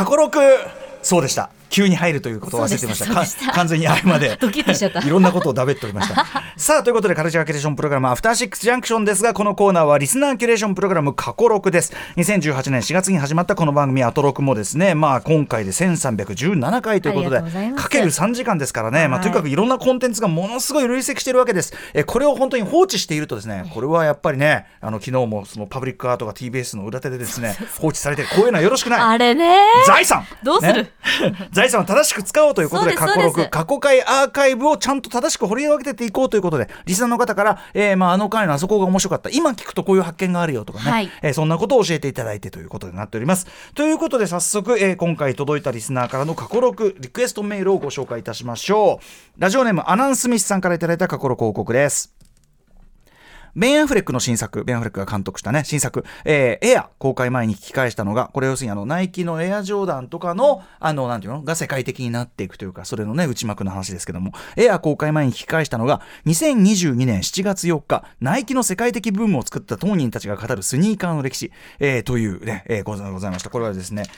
過去6、そうでした、急に入るということを忘れてました完全に合間でドキッとしちゃったいろんなことをだべっておりましたさあということで、カルチャーキュレーションプログラムアフターシックスジャンクションですが、このコーナーはリスナーキュレーションプログラム過去6です。2018年4月に始まったこの番組アトロクもですね、今回で1317回ということでかける3時間ですからね、とにかくいろんなコンテンツがものすごい累積しているわけです。これを本当に放置しているとですね、これはやっぱりね、昨日もそのパブリックアートが TBS の裏手でですね放置されて、こういうのはよろしくない、 あれね、 財産どうする、 ね、財産を正しく使おうということで、過去6、過去回アーカイブをちゃんと正しく掘り分けていこうということで、リスナーの方から、あの回のあそこが面白かった、今聞くとこういう発見があるよとかね、そんなことを教えていただいてということになっております。ということで早速、今回届いたリスナーからの過去6リクエストメールをご紹介いたしましょう。ラジオネームアナン・スミスさんからいただいた過去6報告です。ベン・アフレックの新作、ベン・アフレックが監督したね新作、エア公開前に聞き返したのが、これ要するにナイキのエアジョーダンとかのなんていうのが世界的になっていくというか、それのね内幕の話ですけども、エア公開前に聞き返したのが2022年7月4日、ナイキの世界的ブームを作った当人たちが語るスニーカーの歴史、というね、ございました。これはですね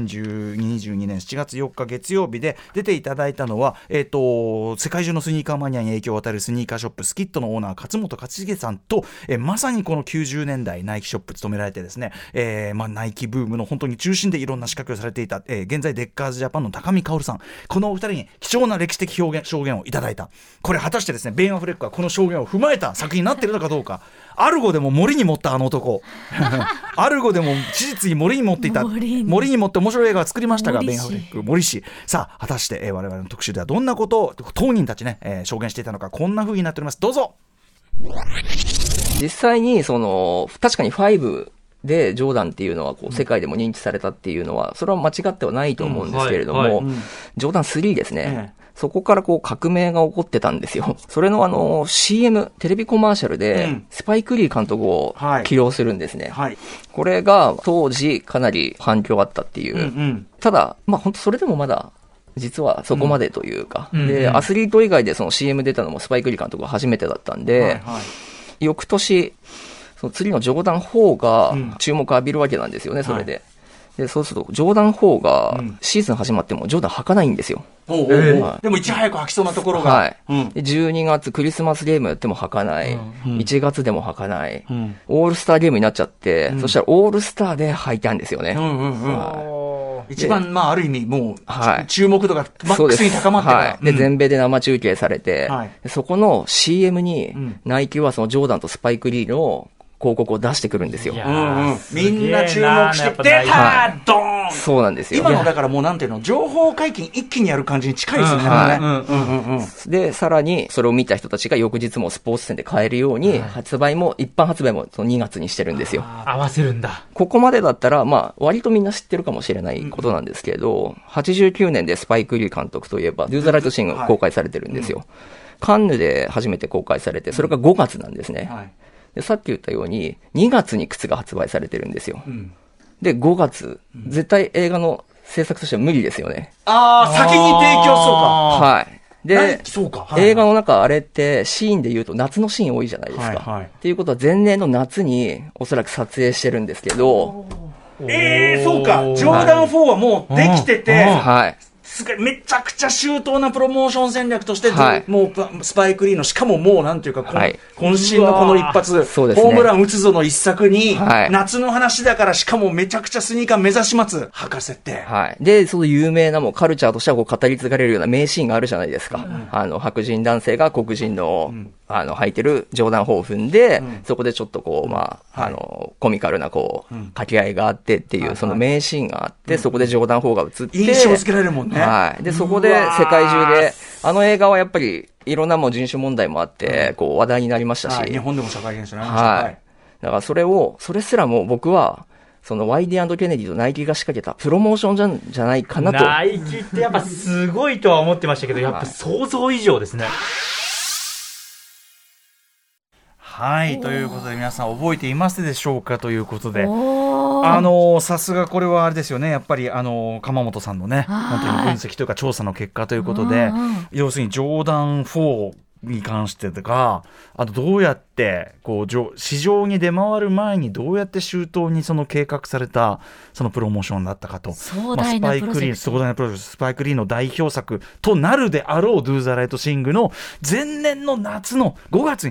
2022年7月4日月曜日で出ていただいたのは、世界中のスニーカーマニアに影響を与えるスニーカーショップスキットのオーナー勝本勝重さんと、まさにこの90年代ナイキショップ務められてですね、ナイキブームの本当に中心でいろんな仕掛けをされていた、現在デッカーズジャパンの高見薫さん、このお二人に貴重な歴史的証言をいただいた。これ果たしてですね、ベン・アフレックはこの証言を踏まえた作品になっているのかどうかアルゴでも森に持ったあの男アルゴでも史実に森に持っていた、森に持って面白い映画を作りましたが、ベン・アフレック森氏、さあ果たして、我々の特集ではどんなことを当人たちね、証言していたのか、こんな風になっております。どうぞ。 実際に確かに5でジョーダンっていうのはこう世界でも認知されたっていうのは、それは間違ってはないと思うんですけれども、ジョーダン3ですね、そこからこう革命が起こってたんですよ。それのCM、テレビコマーシャルでスパイク・リー監督を起用するんですね。これが当時かなり反響あったっていう。ただ、本当それでもまだ実はそこまでというか、で、アスリート以外でその CM 出たのもスパイク・リー監督が初めてだったんで、翌年、その次のジョーダン4が注目を浴びるわけなんですよね、それで。で、そうすると、ジョーダン4がシーズン始まってもジョーダン履かないんですよ。 でもいち早く履きそうなところが。 で12月クリスマスゲームやっても履かない。1月でも履かない。オールスターゲームになっちゃって、そしたらオールスターで履いたんですよね。 一番、ある意味、もう、注目度がマックスに高まってから。 で、全米で生中継されて、そこの CM に、ナイキはそのジョーダンとスパイク・リーの広告を出してくるんですよ。 みんな注目して、出たドーン。 そうなんですよ。 今のだからもうなんていうの、情報解禁一気にやる感じに近いですよね。 で、さらに、それを見た人たちが翌日もスポーツ店で買えるように、発売も、一般発売もその2月にしてるんですよ。 合わせるんだ。 ここまでだったら、割とみんな知ってるかもしれないことなんですけど、89年でスパイク・リー監督といえば、Do the Right Thingが公開されてるんですよ。カンヌで初めて公開されて、それが5月なんですね。で、さっき言ったように、2月に靴が発売されてるんですよ。で、5月、絶対映画の制作としては無理ですよね。 先に提供そうか。 で、映画の中あれってシーンで言うと夏のシーン多いじゃないですか。っていうことは前年の夏におそらく撮影してるんですけど。 そうか。ジョーダン4はもうできてて、めちゃくちゃ周到なプロモーション戦略として、もうスパイク・リーのしかももうなんていうか、渾身のこの一発、ホームラン打つぞの一作に、夏の話だからしかもめちゃくちゃスニーカー目指します履かせて、 でその有名なもうカルチャーとしてはこう語り継がれるような名シーンがあるじゃないですか。白人男性が黒人の履いてるジョーダン4を踏んで、そこでちょっとこうコミカルなこう掛け合いがあってっていうその名シーンがあって、そこでジョーダン4が映って、 印象付けられるもんね。 で、そこで世界中で、映画はやっぱりいろんなもう人種問題もあって、こう話題になりましたし。 日本でも社会現象になりました。 だからそれすらも僕は、そのワイディ&ケネディとナイキが仕掛けたプロモーションじゃないかなと。 ナイキってやっぱすごいとは思ってましたけど、やっぱ想像以上ですね。 ということで皆さん覚えていますでしょうかということで、さすがこれはあれですよね、やっぱり鎌本さんのね本当に分析というか調査の結果ということで、要するにジョーダン4 に関してとか、あとどうやってこう市場に出回る前にどうやって周到にその計画されたそのプロモーションだったかと、 壮大なプロジェクト、 壮大なプロジェクト、スパイク・リーの代表作となるであろう Do the Right Thing の前年の夏の5月に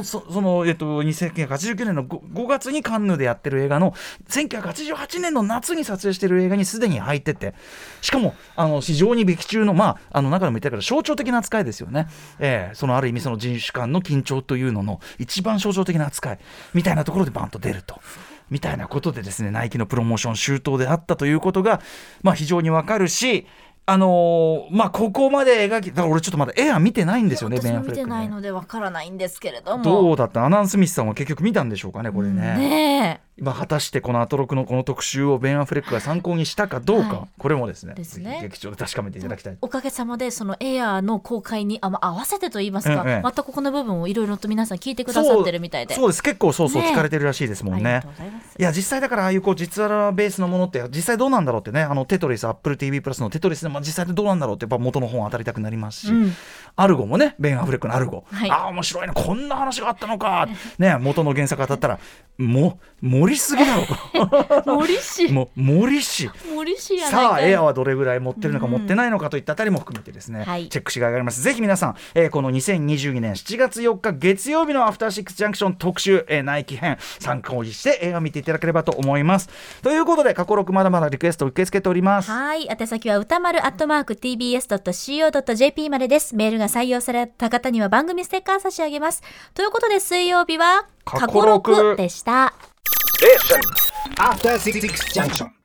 1989年の 5月にカンヌでやってる映画の1988年の夏に撮影してる映画にすでに入ってて、しかも非常に劇中の中でも言ったけど象徴的な扱いですよね。そのある意味その人種間の緊張というのの一番象徴的な扱いみたいなところでバンと出るとみたいなことでですね、ナイキのプロモーション周到であったということが、非常にわかるし、ここまで描き、だから俺ちょっとまだ絵は見てないんですよね。 私も見てないのでわからないんですけれども、 どうだった？アナン・スミスさんは結局見たんでしょうかね、これね。 ねえ、 果たしてこのアトロクのこの特集をベン・アフレックが参考にしたかどうか、これもですね、劇場で確かめていただきたい。 おかげさまでそのエアーの公開に合わせてと言いますか、全くこの部分をいろいろと皆さん聞いてくださってるみたいで、 そうです、結構聞かれてるらしいですもんね。いや実際だからああいう実話ベースのものって実際どうなんだろうってね、テトリス、アップル TV プラスのテトリスで、実際でどうなんだろうってやっぱ元の本当たりたくなりますし、アルゴもね、ベン・アフレックのアルゴ、面白いな、こんな話があったのか、元の原作当たったら盛りすぎだろ森氏さあエアはどれぐらい持ってるのか持ってないのかといったあたりも含めてですね、チェックしがいがあります。ぜひ皆さん、この2022年7月4日月曜日のアフターシックスジャンクション特集、ナイキ編参考にして映画を見ていただければと思います。ということで過去6まだまだリクエスト受け付けております。 はい、宛先は歌丸@tbs.co.jp までです。メールが採用された方には番組ステッカー差し上げます。ということで水曜日は過去6でした。 After 66 junction.